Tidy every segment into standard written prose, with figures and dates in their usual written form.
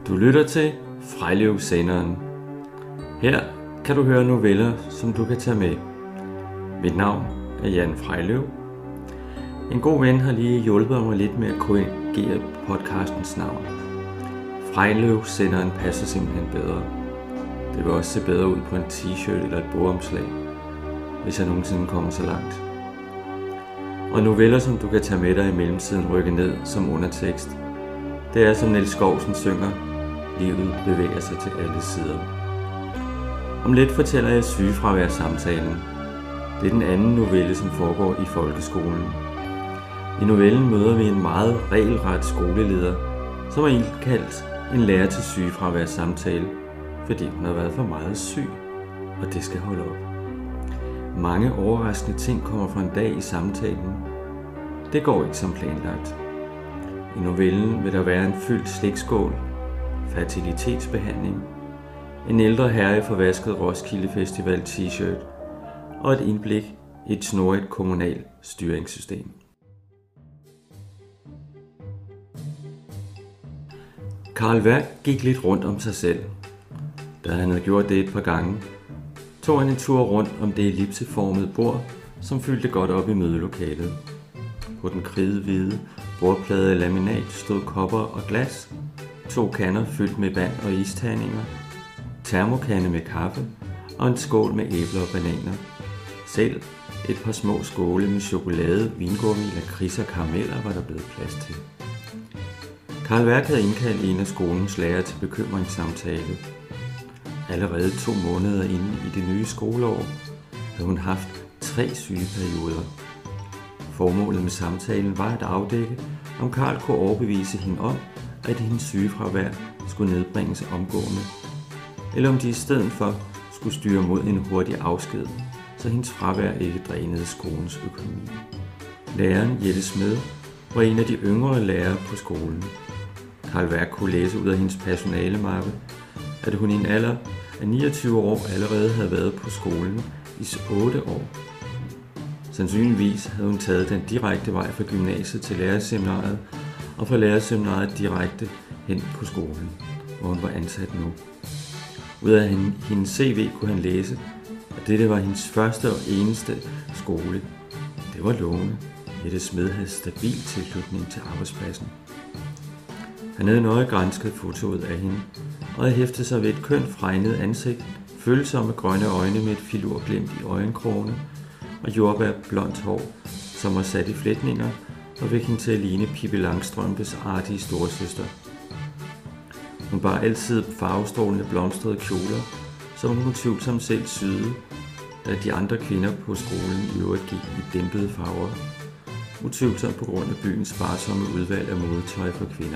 Du lytter til Frejlev-senderen. Her kan du høre noveller, som du kan tage med. Mit navn er Jan Frejlev. En god ven har lige hjulpet mig lidt med at korrigere podcastens navn. Frejlev-senderen passer simpelthen bedre. Det vil også se bedre ud på en t-shirt eller et bogomslag, hvis jeg nogensinde kommer så langt. Og noveller, som du kan tage med dig i mellemtiden, rykke ned som undertekst. Det er, som Niels Skovsen synger, livet bevæger sig til alle sider. Om lidt fortæller jeg sygefraværssamtalen. Det er den anden novelle, som foregår i folkeskolen. I novellen møder vi en meget regelret skoleleder, som har indkaldt en lærer til sygefraværssamtale, fordi hun har været for meget syg, og det skal holde op. Mange overraskende ting kommer fra en dag i samtalen. Det går ikke som planlagt. I novellen vil der være en fyldt slikskål, fertilitetsbehandling, en ældre herre i forvasket Roskilde Festival t-shirt og et indblik i et snorrigt kommunalt styringssystem. Carl Werk gik lidt rundt om sig selv. Da han havde gjort det et par gange, tog han en tur rundt om det ellipseformede bord, som fyldte godt op i mødelokalet. På den kridhvide bordplade af laminat stod kopper og glas, 2 kander fyldt med vand og isterninger, termokande med kaffe og en skål med æbler og bananer. Selv et par små skåle med chokolade, vingummi, lakrids og karameller var der blevet plads til. Carl Werk havde indkaldt en af skolens lærere til bekymringssamtale. Allerede 2 måneder inde i det nye skoleår havde hun haft 3 sygeperioder. Formålet med samtalen var at afdække, om Carl kunne overbevise hende om, at hendes sygefravær skulle nedbringes omgående, eller om de i stedet for skulle styre mod en hurtig afsked, så hendes fravær ikke drænede skolens økonomi. Læreren Jette Smed var en af de yngre lærere på skolen. Carl Werk kunne læse ud af hendes personalemappe, at hun i en alder af 29 år allerede havde været på skolen i 8 år. Sandsynligvis havde hun taget den direkte vej fra gymnasiet til lærerseminariet, og fra lærerseminariet direkte hen på skolen, hvor hun var ansat nu. Ud af hendes CV kunne han læse, at dette var hendes første og eneste skole. Det var lovende. Jette Smed havde stabil tilknytning til arbejdspladsen. Han havde nøje gransket fotoet af hende, og havde hæftet sig ved et kønt fregnet ansigt, følsomme grønne øjne med et filurglimt i øjenkrogene, og jordbærblondt hår, som var sat i flætninger og fik hende til at ligne Pippi Langstrømpes artige storesøster. Hun bar altid farvestrålende blomstrede kjoler, som hun utvivlsomt selv syede, da de andre kvinder på skolen i øvrigt gik i dæmpede farver, utvivlsomt på grund af byens sparsomme udvalg af modetøj for kvinder.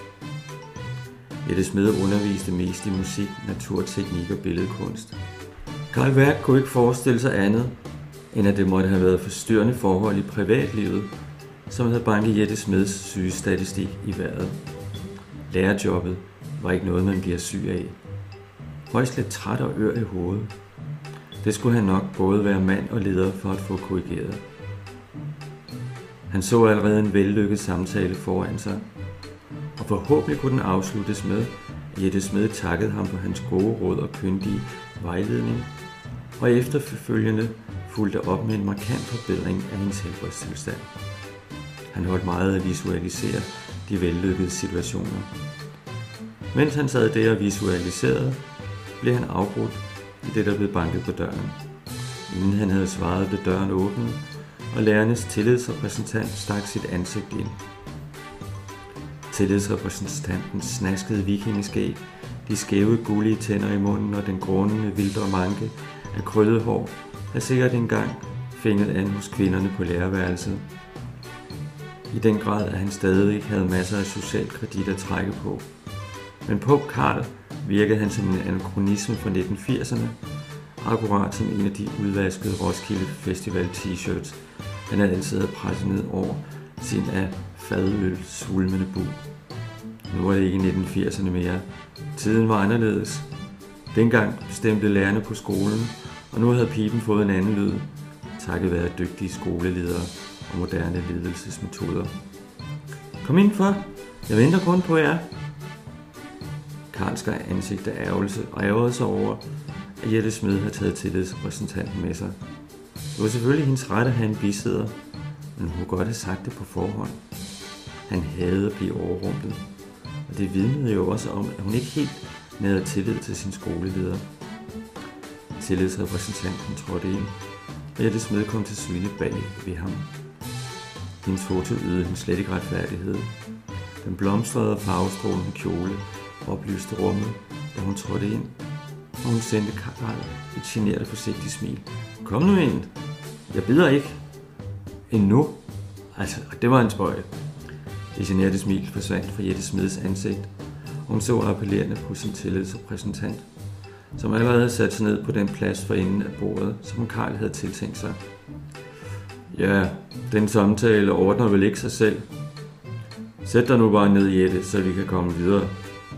Jette Smed underviste mest i musik, naturteknik og billedkunst. Carl Werk kunne ikke forestille sig andet, end at det måtte have været forstyrrende forhold i privatlivet, som havde banket Jette Smeds sygestatistik i vejret. Lærerjobbet var ikke noget, man bliver syg af. Højst lidt træt og ør i hovedet. Det skulle han nok både være mand og leder for at få korrigeret. Han så allerede en vellykket samtale foran sig, og forhåbentlig kunne den afsluttes med, at Jette Smed takkede ham for hans gode råd og kyndige vejledning, og efterfølgende fulgte op med en markant forbedring af hendes helbredstilstand. Han holdt meget at visualisere de vellykkede situationer. Mens han sad der og visualiserede, blev han afbrudt i det, der blev banket på døren. Inden han havde svaret, blev døren åbnet, og lærernes tillidsrepræsentant stak sit ansigt ind. Tillidsrepræsentanten snaskede vikingeskæg, de skæve gullige tænder i munden og den grundende vildre manke af krøllet hår havde sikkert engang fænget an hos kvinderne på lærerværelset. I den grad, at han stadig havde masser af social kredit at trække på. Men på Carl virkede han som en anakronisme fra 1980'erne, akkurat som en af de udvaskede Roskilde Festival t-shirts, han altid havde presset ned over sin af fadøl svulmende bug. Nu var det ikke 1980'erne mere. Tiden var anderledes. Dengang bestemte lærerne på skolen, og nu havde piben fået en anden lyd, takket være dygtige skoleledere og moderne ledelsesmetoder. Kom indenfor. Jeg venter kun på jer. Karl skar ansigt af ærgelse og ærgerede sig over, at Jette Smed havde taget tillidsrepræsentanten med sig. Det var selvfølgelig hendes ret at have en bisidder, men hun kunne godt have sagt det på forhånd. Han havde at blive overrumplet, og det vidnede jo også om, at hun ikke helt nærede tillid til sin skoleleder. Tillidsrepræsentanten trådte ind, og Jette Smed kom til syne bag ved ham. Hendes foto ydede hende slet ikke retfærdighed. Den blomstrede og farvestrålende kjole oplyste rummet, da hun trådte ind, og hun sendte Karl et genert og forsigtigt smil. Kom nu ind. Jeg bider ikke. Endnu. Altså, det var en spøj. Det generte smil forsvandt fra Jette Smeds ansigt, og hun så appellerende på sin tillidsrepræsentant, som allerede havde sat sig ned på den plads for enden af bordet, som Karl havde tiltænkt sig. Ja, den samtale ordner vel ikke sig selv. Sæt dig nu bare ned, Jette, så vi kan komme videre.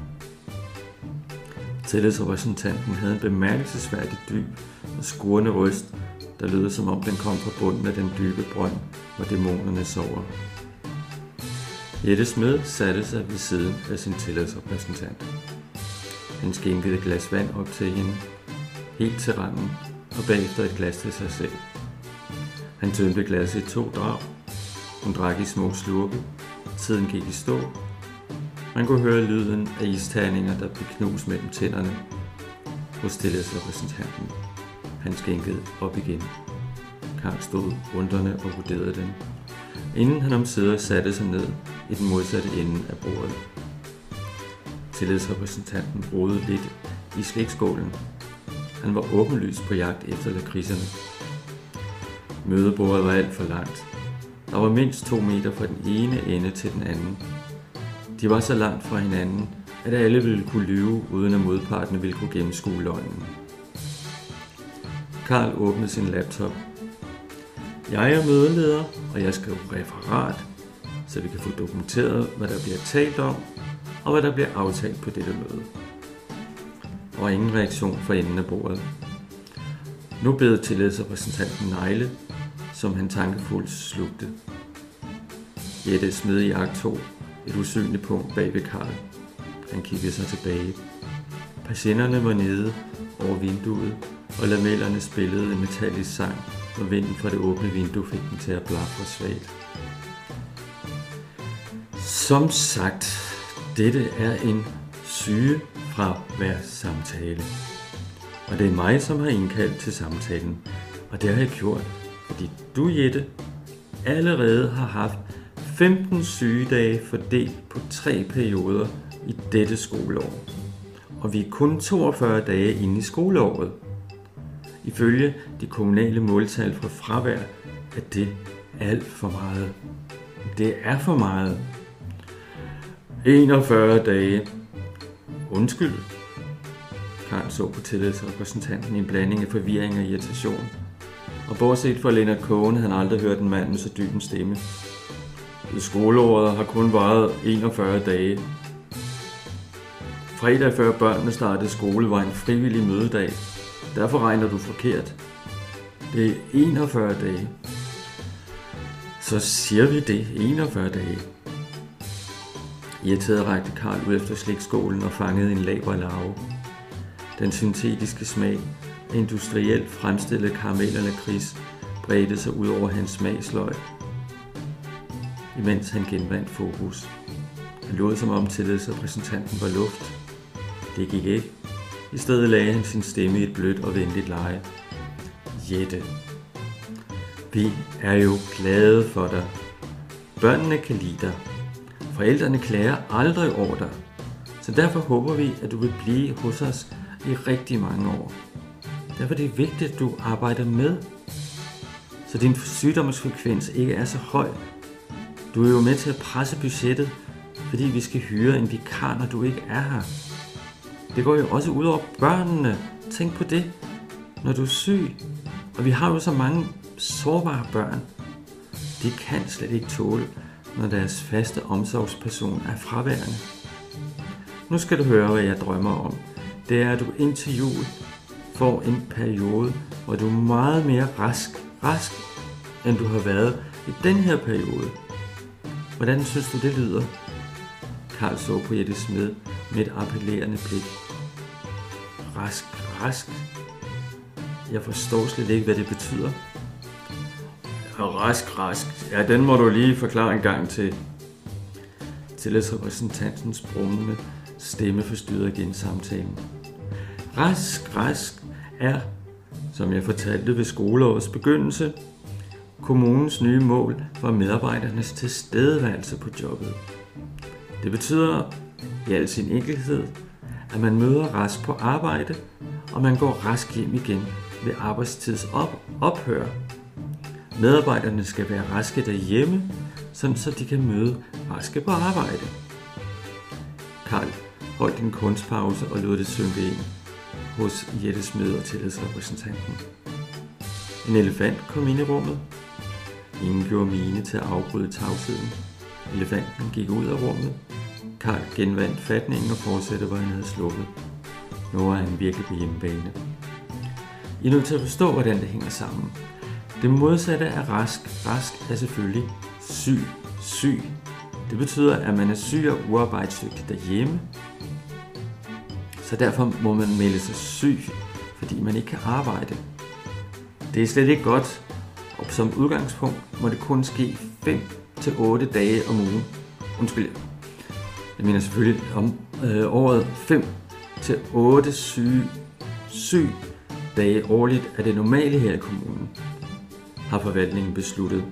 Tillidsrepræsentanten havde en bemærkelsesværdig dyb og skurrende røst, der lød som om den kom fra bunden af den dybe brønd, hvor dæmonerne sover. Jette Smed satte sig ved siden af sin tillidsrepræsentant. Han skænkede et glas vand op til hende, helt til randen, og bagefter et glas til sig selv. Han tømte glasset i 2 drag. Hun drak i små slurke. Tiden gik i stå. Man kunne høre lyden af isterninger, der blev knust mellem tænderne hos tillidsrepræsentanten. Han skænkede op igen. Karl stod undrende og vurderede den, inden han omsider satte sig ned i den modsatte ende af bordet. Tillidsrepræsentanten rodede lidt i slikskålen. Han var åbenlyst på jagt efter lakridserne. Mødebordet var alt for langt. Der var mindst 2 meter fra den ene ende til den anden. De var så langt fra hinanden, at alle ville kunne lyve, uden at modparten ville kunne gennemskue løgnen. Karl åbnede sin laptop. Jeg er mødeleder, og jeg skriver referat, så vi kan få dokumenteret, hvad der bliver talt om, og hvad der bliver aftalt på dette møde. Der var ingen reaktion fra enden af bordet. Nu bed tillidsrepræsentanten negle, som han tankefuldt slugte. Jette Smed i akt 2, et usynligt punkt bag ved Karl. Han kiggede sig tilbage. Patienterne var nede over vinduet, og lamellerne spillede en metallisk sang, og vinden fra det åbne vindue fik dem til at blafre svagt. Som sagt, dette er en sygefraværssamtale. Og det er mig, som har indkaldt til samtalen. Og det har jeg gjort, fordi du, Jette, allerede har haft 15 sygedage fordelt på 3 perioder i dette skoleår. Og vi er kun 42 dage inde i skoleåret. Ifølge de kommunale måltal for fravær er det alt for meget. Det er for meget. 41 dage. Undskyld. Karl så på tillidsrepræsentanten i en blanding af forvirring og irritation. Og bortset fra Lennart Kogen havde han aldrig hørt en mand med så dyb en stemme. Skoleåret har kun varet 41 dage. Fredag før børnene startede skole var en frivillig mødedag. Derfor regner du forkert. Det er 41 dage. Så siger vi det. 41 dage. Irriteret rakte Karl ud efter slikskålen og fangede en laberlarve. Den syntetiske smag af industrielt fremstillet karamel og lakrids bredte sig ud over hans smagsløg, imens han genvandt fokus. Han lod som om tillidsrepræsentanten var luft. Det gik ikke. I stedet lagde han sin stemme i et blødt og venligt leje. Jette. Vi er jo glade for dig. Børnene kan lide dig. Forældrene klager aldrig over dig. Så derfor håber vi, at du vil blive hos os i rigtig mange år. Derfor er det vigtigt, at du arbejder med, så din sygdomsfrekvens ikke er så høj. Du er jo med til at presse budgettet, fordi vi skal hyre en vikar, når du ikke er her. Det går jo også ud over børnene. Tænk på det, når du er syg. Og vi har jo så mange sårbare børn. De kan slet ikke tåle, når deres faste omsorgsperson er fraværende. Nu skal du høre, hvad jeg drømmer om. Det er, at du indtil jul får en periode, hvor du er meget mere rask, end du har været i den her periode. Hvordan synes du, det lyder? Karl så på Jette Smed med et appellerende blik. Rask, rask. Jeg forstår slet ikke, hvad det betyder. Rask, rask. Ja, den må du lige forklare en gang til. Tillidsrepræsentantens brummende stemme forstyrrede igen samtalen. Rask, rask er, som jeg fortalte ved skoleårets begyndelse, kommunens nye mål for medarbejdernes tilstedeværelse på jobbet. Det betyder i al sin enkelhed, at man møder rask på arbejde, og man går rask hjem igen ved arbejdstids ophør. Medarbejderne skal være raske derhjemme, sådan så de kan møde raske på arbejde. Karl holdt en kunstpause og lod det synke ind hos Jette Smed og tillidsrepræsentanten. En elefant kom ind i rummet. Ingen gjorde mine til at afbryde tavsheden. Elefanten gik ud af rummet. Karl genvandt fatningen og fortsatte, hvor han havde sluppet. Nu var han virkelig på hjemmebane. I er nødt til at forstå, hvordan det hænger sammen. Det modsatte af rask. Rask er selvfølgelig syg. Syg. Det betyder, at man er syg og uarbejdsdygtig derhjemme. Så derfor må man melde sig syg, fordi man ikke kan arbejde. Det er slet ikke godt, og som udgangspunkt må det kun ske 5-8 dage om ugen. Undskyld, jeg mener selvfølgelig om året 5-8 syg dage årligt er det normale her i kommunen, har forvaltningen besluttet.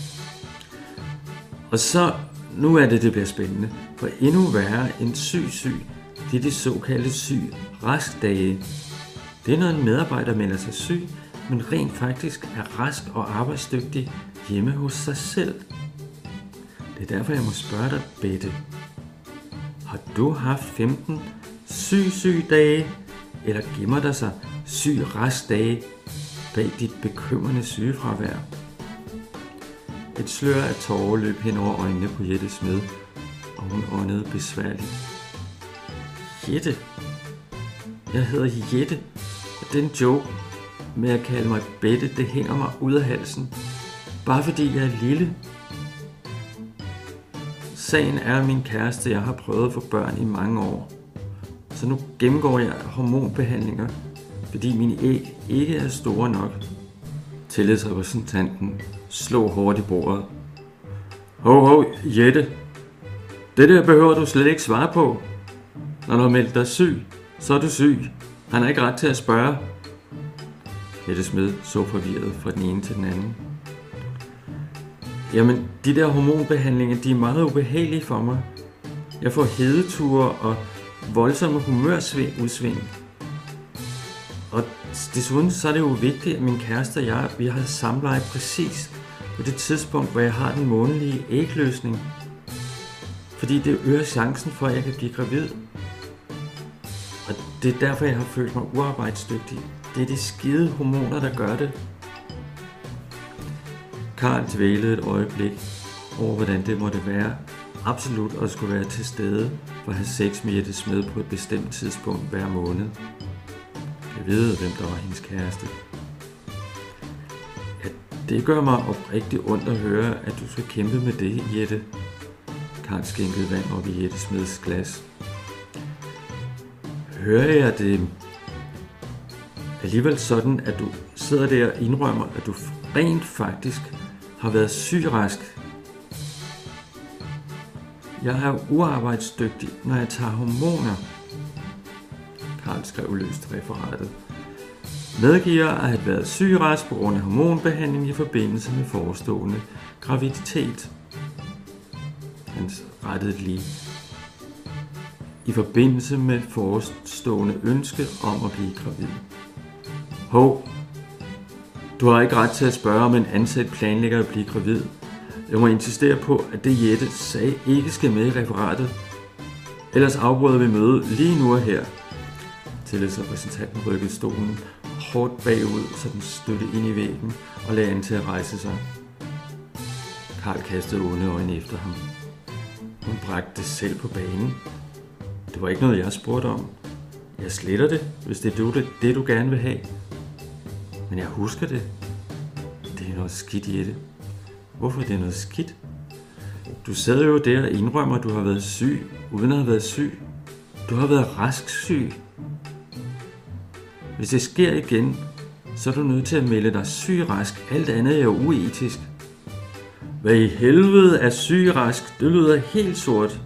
Og så, nu er det bliver spændende, for endnu værre end syg, det er de såkaldte syg-rask-dage. Det er, når en medarbejder melder sig syg, men rent faktisk er rask og arbejdsdygtig hjemme hos sig selv. Det er derfor, jeg må spørge dig, Bette. Har du haft 15 syg-dage, eller gemmer der sig syg-rask-dage bag dit bekymrende sygefravær? Et slør af tårer løb hen over øjnene på Jette Smed, og hun åndede besværligt. Jette? Jeg hedder Jette. Den joke med at kalde mig Bette, det hænger mig ud af halsen. Bare fordi jeg er lille. Sagen er, min kæreste, jeg har prøvet at få børn i mange år. Så nu gennemgår jeg hormonbehandlinger, fordi mine æg ikke er store nok. Tillidsrepræsentanten slog hårdt i bordet. Hov, Jette. Det der behøver du slet ikke svare på. Når du har meldt dig syg, så er du syg. Han har ikke ret til at spørge. Jette Smed så forvirret fra den ene til den anden. Jamen, de der hormonbehandlinger, de er meget ubehagelige for mig. Jeg får hedeture og voldsomme humørudsving. Og desuden så er det jo vigtigt, at min kæreste og jeg, vi har samleje præcis på det tidspunkt, hvor jeg har den månedlige ægløsning. Fordi det øger chancen for, at jeg kan blive gravid. Og det er derfor, jeg har følt mig uarbejdsdygtig. Det er de skide hormoner, der gør det. Karl dvælede et øjeblik over, hvordan det måtte være absolut at skulle være til stede for at have sex med Jette Smed på et bestemt tidspunkt hver måned. Jeg ved, hvem der var hendes kæreste. Ja, det gør mig oprigtigt ondt at høre, at du skal kæmpe med det, Jette. Karl skænkede vand op i Jette Smeds glas. Hører jeg det alligevel sådan, at du sidder der og indrømmer, at du rent faktisk har været syg-rask? Jeg er uarbejdsdygtig, når jeg tager hormoner. Karl skrev løst referatet. Medgiver at have været syg-rask på grund af hormonbehandling i forbindelse med forestående graviditet. Han rettede lige. I forbindelse med forestående ønske om at blive gravid. Hov, du har ikke ret til at spørge, om en ansat planlægger at blive gravid. Jeg må insistere på, at det Jette sagde ikke skal med i referatet. Ellers afbryder vi mødet lige nu og her. Tillidsrepræsentanten rykkede stolen hårdt bagud, så den støtte ind i væggen og lagde an til at rejse sig. Karl kastede onde øjne efter ham. Hun bragte det selv på banen. Det var ikke noget, jeg spurgte om. Jeg sletter det, hvis det er det, du gerne vil have. Men jeg husker det. Det er noget skidt, Jette. Hvorfor er det noget skidt? Du sad jo der og indrømmer, at du har været syg, uden at have været syg. Du har været rasksyg. Hvis det sker igen, så er du nødt til at melde dig syg-rask. Alt andet er jo uetisk. Hvad i helvede er syg-rask? Det lyder helt sort.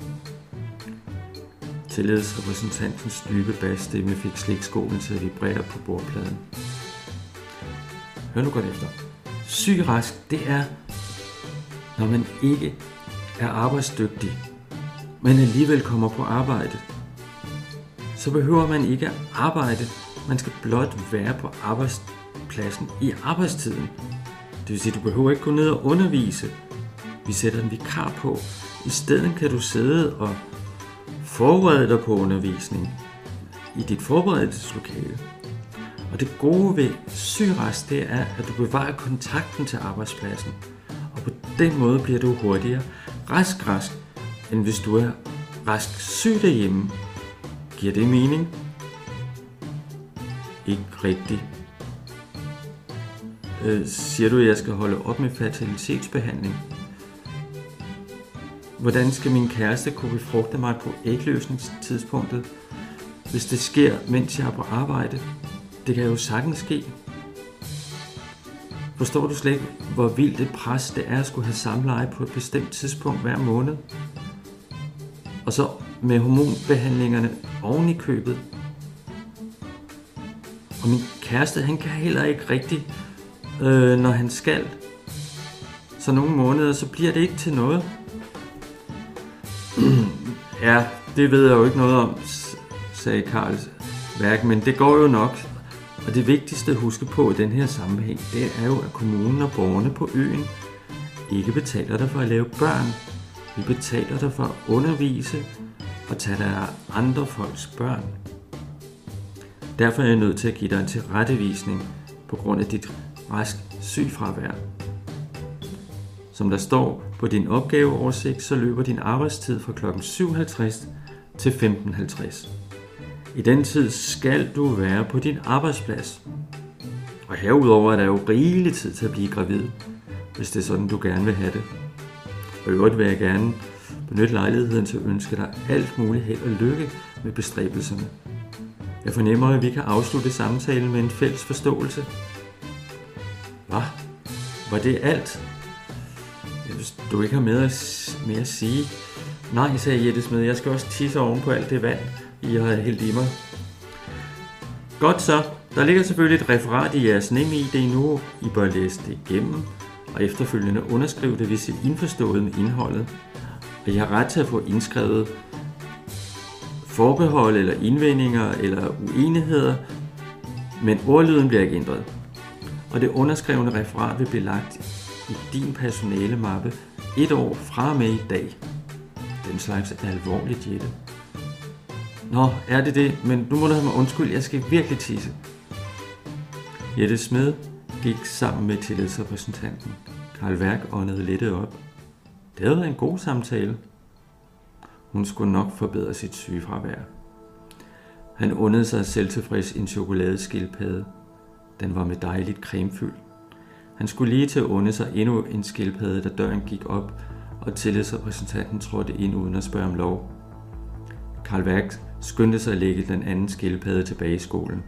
Tillidsrepræsentantens dybe basstemme fik slikskålen til at vibrere på bordpladen. Hør nu godt efter. Syg-rask, det er, når man ikke er arbejdsdygtig, men alligevel kommer på arbejde. Så behøver man ikke at arbejde. Man skal blot være på arbejdspladsen i arbejdstiden. Det vil sige, du behøver ikke gå ned og undervise. Vi sætter en vikar på. I stedet kan du sidde og forberede dig på undervisning i dit forberedelseslokale. Og det gode ved syg-rask, det er, at du bevarer kontakten til arbejdspladsen. Og på den måde bliver du hurtigere rask, end hvis du er rask syg derhjemme. Giver det mening? Ikke rigtigt. Siger du, at jeg skal holde op med fertilitetsbehandling? Hvordan skal min kæreste kunne befrugte mig på ægløsningstidspunktet, hvis det sker, mens jeg er på arbejde? Det kan jo sagtens ske. Forstår du slet ikke, hvor vildt et pres det er at skulle have samleje på et bestemt tidspunkt hver måned? Og så med hormonbehandlingerne oven i købet. Og min kæreste, han kan heller ikke rigtigt, når han skal. Så nogle måneder, så bliver det ikke til noget. Ja, det ved jeg jo ikke noget om, sagde Karls værk, men det går jo nok. Og det vigtigste at huske på i den her sammenhæng, det er jo, at kommunen og borgerne på øen ikke betaler dig for at lave børn. Vi betaler dig for at undervise og tage dig af andre folks børn. Derfor er jeg nødt til at give dig en tilrettevisning på grund af dit rask sygefravær. Som der står på din opgaveoversigt, så løber din arbejdstid fra kl. 7.50 til 15.50. I den tid skal du være på din arbejdsplads. Og herudover er der jo rigelig tid til at blive gravid, hvis det er sådan, du gerne vil have det. Og i øvrigt vil jeg gerne benytte lejligheden til at ønske dig alt muligt held og lykke med bestræbelserne. Jeg fornemmer, at vi kan afslutte samtalen med en fælles forståelse. Hvad? Var det alt? Hvis du ikke har mere at sige. Nej, sagde Jette Smed, jeg skal også tisse oven på alt det vand, I har hældt i mig. Godt så. Der ligger selvfølgelig et referat i jeres NemID nu. I bør læse det igennem, og efterfølgende underskrive det, hvis I er indforstået med indholdet. Og I har ret til at få indskrevet forbehold eller indvendinger eller uenigheder, men ordlyden bliver ikke ændret. Og det underskrevne referat vil blive lagt i din personalemappe 1 år fra og med i dag. Den slags er alvorligt, Jette. Nå, er det? Men nu må du have mig undskyld, jeg skal virkelig tisse. Jette Smed gik sammen med tillidsrepræsentanten. Karl Værk åndede lettet op. Det havde været en god samtale. Hun skulle nok forbedre sit sygefravær. Han undede sig selvtilfreds en chokoladeskildpadde. Den var med dejligt cremefyld. Han skulle lige til at unde sig endnu en skildpadde, da døren gik op, og tillidsrepræsentanten trådte ind uden at spørge om lov. Karl Værk skyndte sig at lægge den anden skildpadde tilbage i skålen.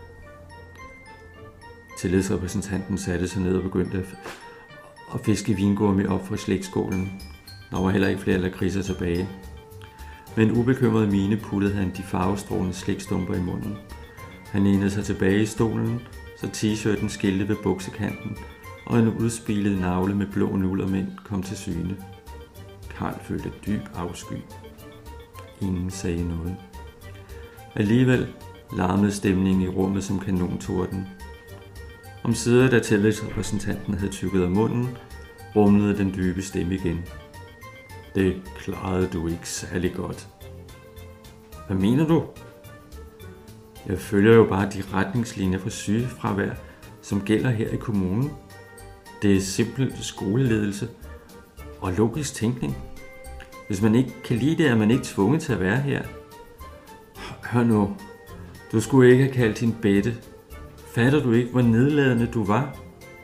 Tillidsrepræsentanten satte sig ned og begyndte at fiske vingummi op fra slikskålen. Der var heller ikke flere lakridser tilbage. Med en ubekymret mine puttede han de farvestrålende slikstumper i munden. Han lænede sig tilbage i stolen, så t-shirten skilte ved buksekanten, og en udspilet navle med blå nullermænd kom til syne. Karl følte dyb afsky. Ingen sagde noget. Alligevel larmede stemningen i rummet som kanontorden. Omsider, da tillidsrepræsentanten havde tykket af munden, rumlede den dybe stemme igen. Det klarede du ikke særlig godt. Hvad mener du? Jeg følger jo bare de retningslinjer for sygefravær, som gælder her i kommunen. Det er simpel skoleledelse og logisk tænkning. Hvis man ikke kan lide det, er man ikke tvunget til at være her. Hør nu, du skulle ikke have kaldt hende Bette. Fatter du ikke, hvor nedladende du var?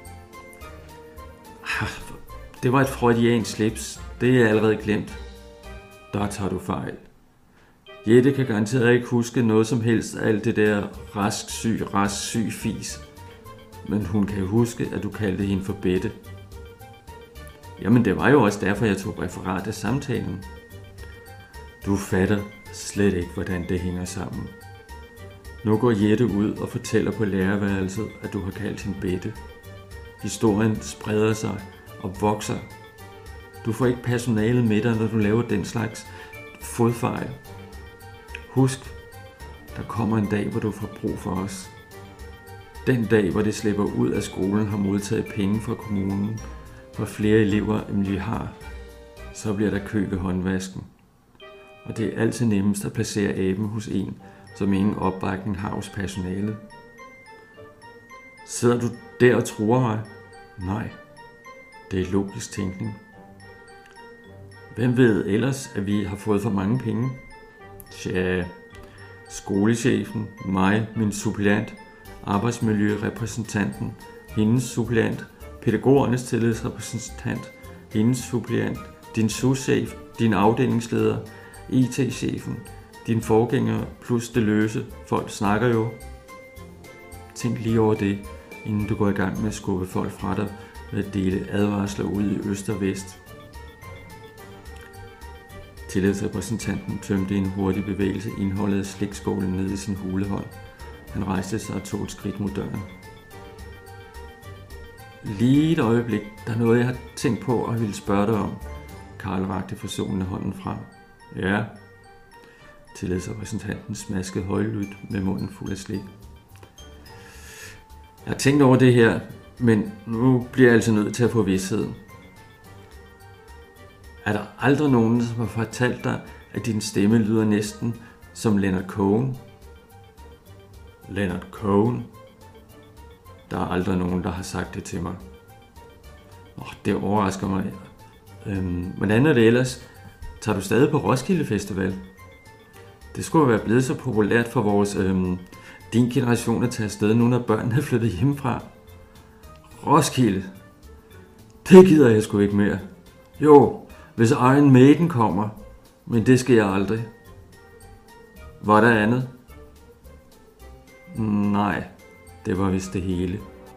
Det var et freudiansk slips. Det er allerede glemt. Der tager du fejl. Jette kan garanteret ikke huske noget som helst af alt det der rask syg fis. Men hun kan huske, at du kaldte hende for Bette. Jamen, det var jo også derfor, jeg tog referat af samtalen. Du fatter slet ikke, hvordan det hænger sammen. Nu går Jette ud og fortæller på lærerværelset, at du har kaldt hende Bette. Historien spreder sig og vokser. Du får ikke personalet med dig, når du laver den slags fodfejl. Husk, der kommer en dag, hvor du får brug for os. Den dag, hvor det slipper ud af skolen, har modtaget penge fra kommunen for flere elever, end vi har, så bliver der kø ved håndvasken. Og det er altid nemmest at placere aben hos en, som ingen opbakning har hos personalet. Sidder du der og truer mig? Nej, det er logisk tænkning. Hvem ved ellers, at vi har fået for mange penge? Tja, skolechefen, mig, min suppleant, arbejdsmiljørepræsentanten, hendes suppleant, pædagogernes tillidsrepræsentant, hendes suppleant, din souschef, din afdelingsleder, IT-chefen, din forgænger plus det løse. Folk snakker jo. Tænk lige over det, inden du går i gang med at skubbe folk fra dig ved at dele advarsler ud i øst og vest. Tillidsrepræsentanten tømte i en hurtig bevægelse indholdet af slikskålen ned i sin hulehånd. Han rejste sig og tog et skridt mod døren. Lige et øjeblik, der er noget, jeg har tænkt på og ville spørge dig om. Karl rakte forsonende hånden frem. Ja. Tillidsrepræsentanten smaskede højlydt med munden fuld af slik. Jeg har tænkt over det her, men nu bliver jeg altså nødt til at få vished. Er der aldrig nogen, som har fortalt dig, at din stemme lyder næsten som Leonard Cohen? Leonard Cohen? Der er aldrig nogen, der har sagt det til mig. Det overrasker mig. Hvordan er det ellers? Tager du stadig på Roskilde Festival? Det skulle være blevet så populært for vores din generation at tage afsted nu, når børnene er flyttet hjemmefra. Roskilde? Det gider jeg sgu ikke mere. Jo, hvis Iron Maiden kommer, men det skal jeg aldrig. Var der andet? Nej, det var vist det hele.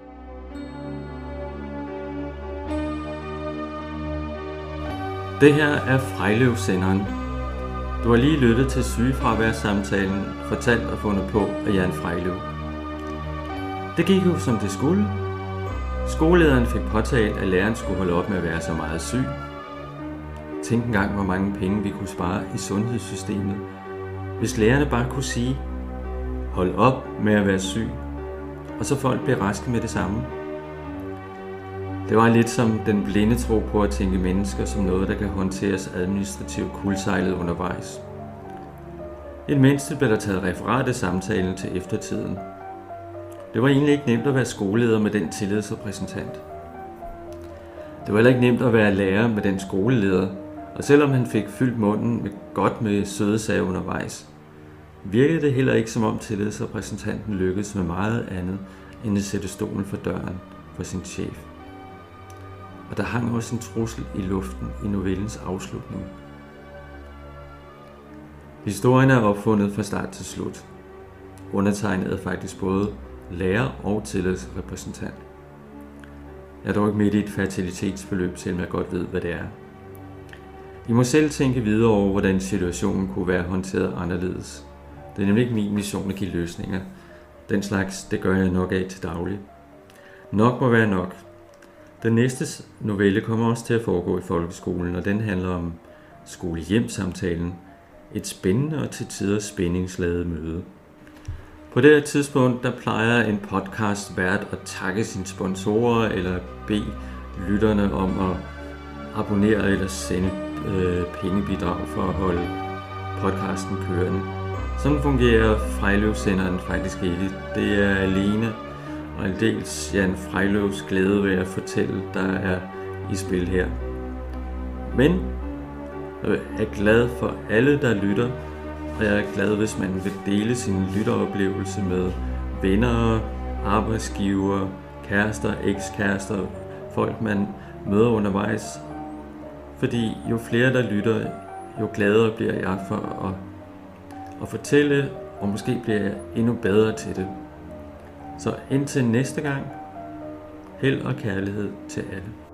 Det her er Frejlev-senderen. Du har lige lyttet til sygefraværssamtalen, fortalt og fundet på af Jan Frejlev. Det gik jo som det skulle. Skolelederen fik påtalt, at læreren skulle holde op med at være så meget syg. Tænk engang, hvor mange penge vi kunne spare i sundhedssystemet, hvis lærerne bare kunne sige, hold op med at være syg, og så folk bliver raske med det samme. Det var lidt som den blinde tro på at tænke mennesker som noget, der kan håndteres administrativt kuldsejlet undervejs. I det mindste blev der taget referat af samtalen til eftertiden. Det var egentlig ikke nemt at være skoleleder med den tillidsrepræsentant. Det var heller ikke nemt at være lærer med den skoleleder, og selvom han fik fyldt munden godt med søde sager undervejs, virkede det heller ikke som om tillidsrepræsentanten lykkedes med meget andet end at sætte stolen for døren for sin chef. Og der hang også en trussel i luften i novellens afslutning. Historien er opfundet fra start til slut. Undertegnet er faktisk både lærer og tillidsrepræsentant. Jeg er dog ikke midt i et fertilitetsforløb, selvom jeg godt ved, hvad det er. I må selv tænke videre over, hvordan situationen kunne være håndteret anderledes. Det er nemlig ikke min mission at give løsninger. Den slags, det gør jeg nok af til daglig. Nok må være nok. Den næste novelle kommer også til at foregå i folkeskolen, og den handler om skole-hjem-samtalen. Et spændende og til tider spændingsladet møde. På det her tidspunkt, der plejer en podcast vært at takke sine sponsorer eller bede lytterne om at abonnere eller sende pengebidrag for at holde podcasten kørende. Sådan fungerer Frejlev-senderen faktisk ikke. Det er alene og aldeles Jan Frejlevs glæde ved at fortælle, der er i spil her. Men jeg er glad for alle, der lytter, og jeg er glad, hvis man vil dele sin lytteoplevelse med venner, arbejdsgivere, kærester, ekskærester, folk man møder undervejs. Fordi jo flere der lytter, jo gladere bliver jeg for at og fortælle, og måske bliver jeg endnu bedre til det. Så indtil næste gang, held og kærlighed til alle.